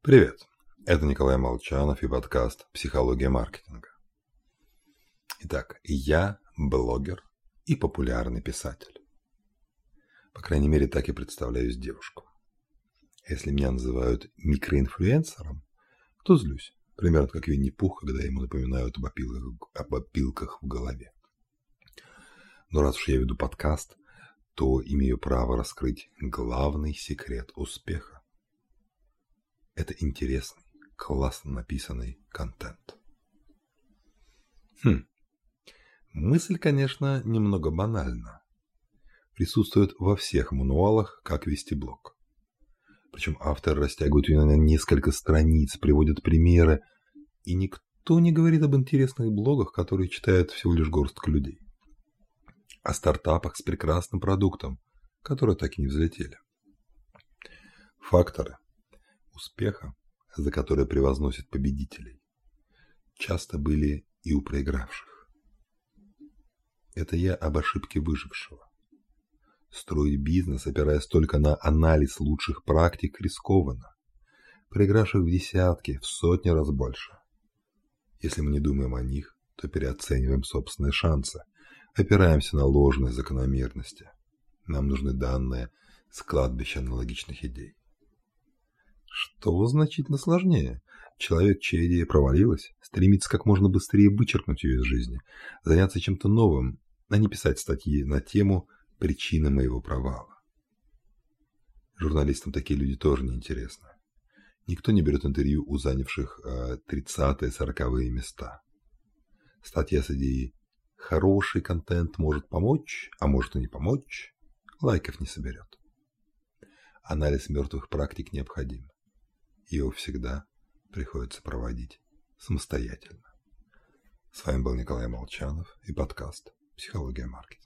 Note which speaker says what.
Speaker 1: Привет, это Николай Молчанов и подкаст «Психология маркетинга». Итак, я блогер и популярный писатель. По крайней мере, так и представляюсь девушку. Если меня называют микроинфлюенсером, то злюсь, примерно как Винни-Пух, когда ему напоминают об опилках в голове. Но раз уж я веду подкаст, то имею право раскрыть главный секрет успеха. Это интересный, классно написанный контент. Мысль, конечно, немного банальна. Присутствует во всех мануалах, как вести блог. Причем авторы растягивают ее на несколько страниц, приводят примеры, и никто не говорит об интересных блогах, которые читают всего лишь горстка людей. О стартапах с прекрасным продуктом, которые так и не взлетели. Факторы успеха, за которые превозносят победителей, часто были и у проигравших. Это я об ошибке выжившего. Строить бизнес, опираясь только на анализ лучших практик, рискованно. Проигравших в десятки, в сотни раз больше. Если мы не думаем о них, то переоцениваем собственные шансы, опираемся на ложные закономерности. Нам нужны данные с кладбища аналогичных идей. Что значительно сложнее. Человек, чья идея провалилась, стремится как можно быстрее вычеркнуть ее из жизни, заняться чем-то новым, а не писать статьи на тему «Причина моего провала». Журналистам такие люди тоже неинтересны. Никто не берет интервью у занявших 30-е, 40-е места. Статья с идеей «Хороший контент может помочь, а может и не помочь» лайков не соберет. Анализ мертвых практик необходим. Его всегда приходится проводить самостоятельно. С вами был Николай Молчанов и подкаст «Психология маркетинга».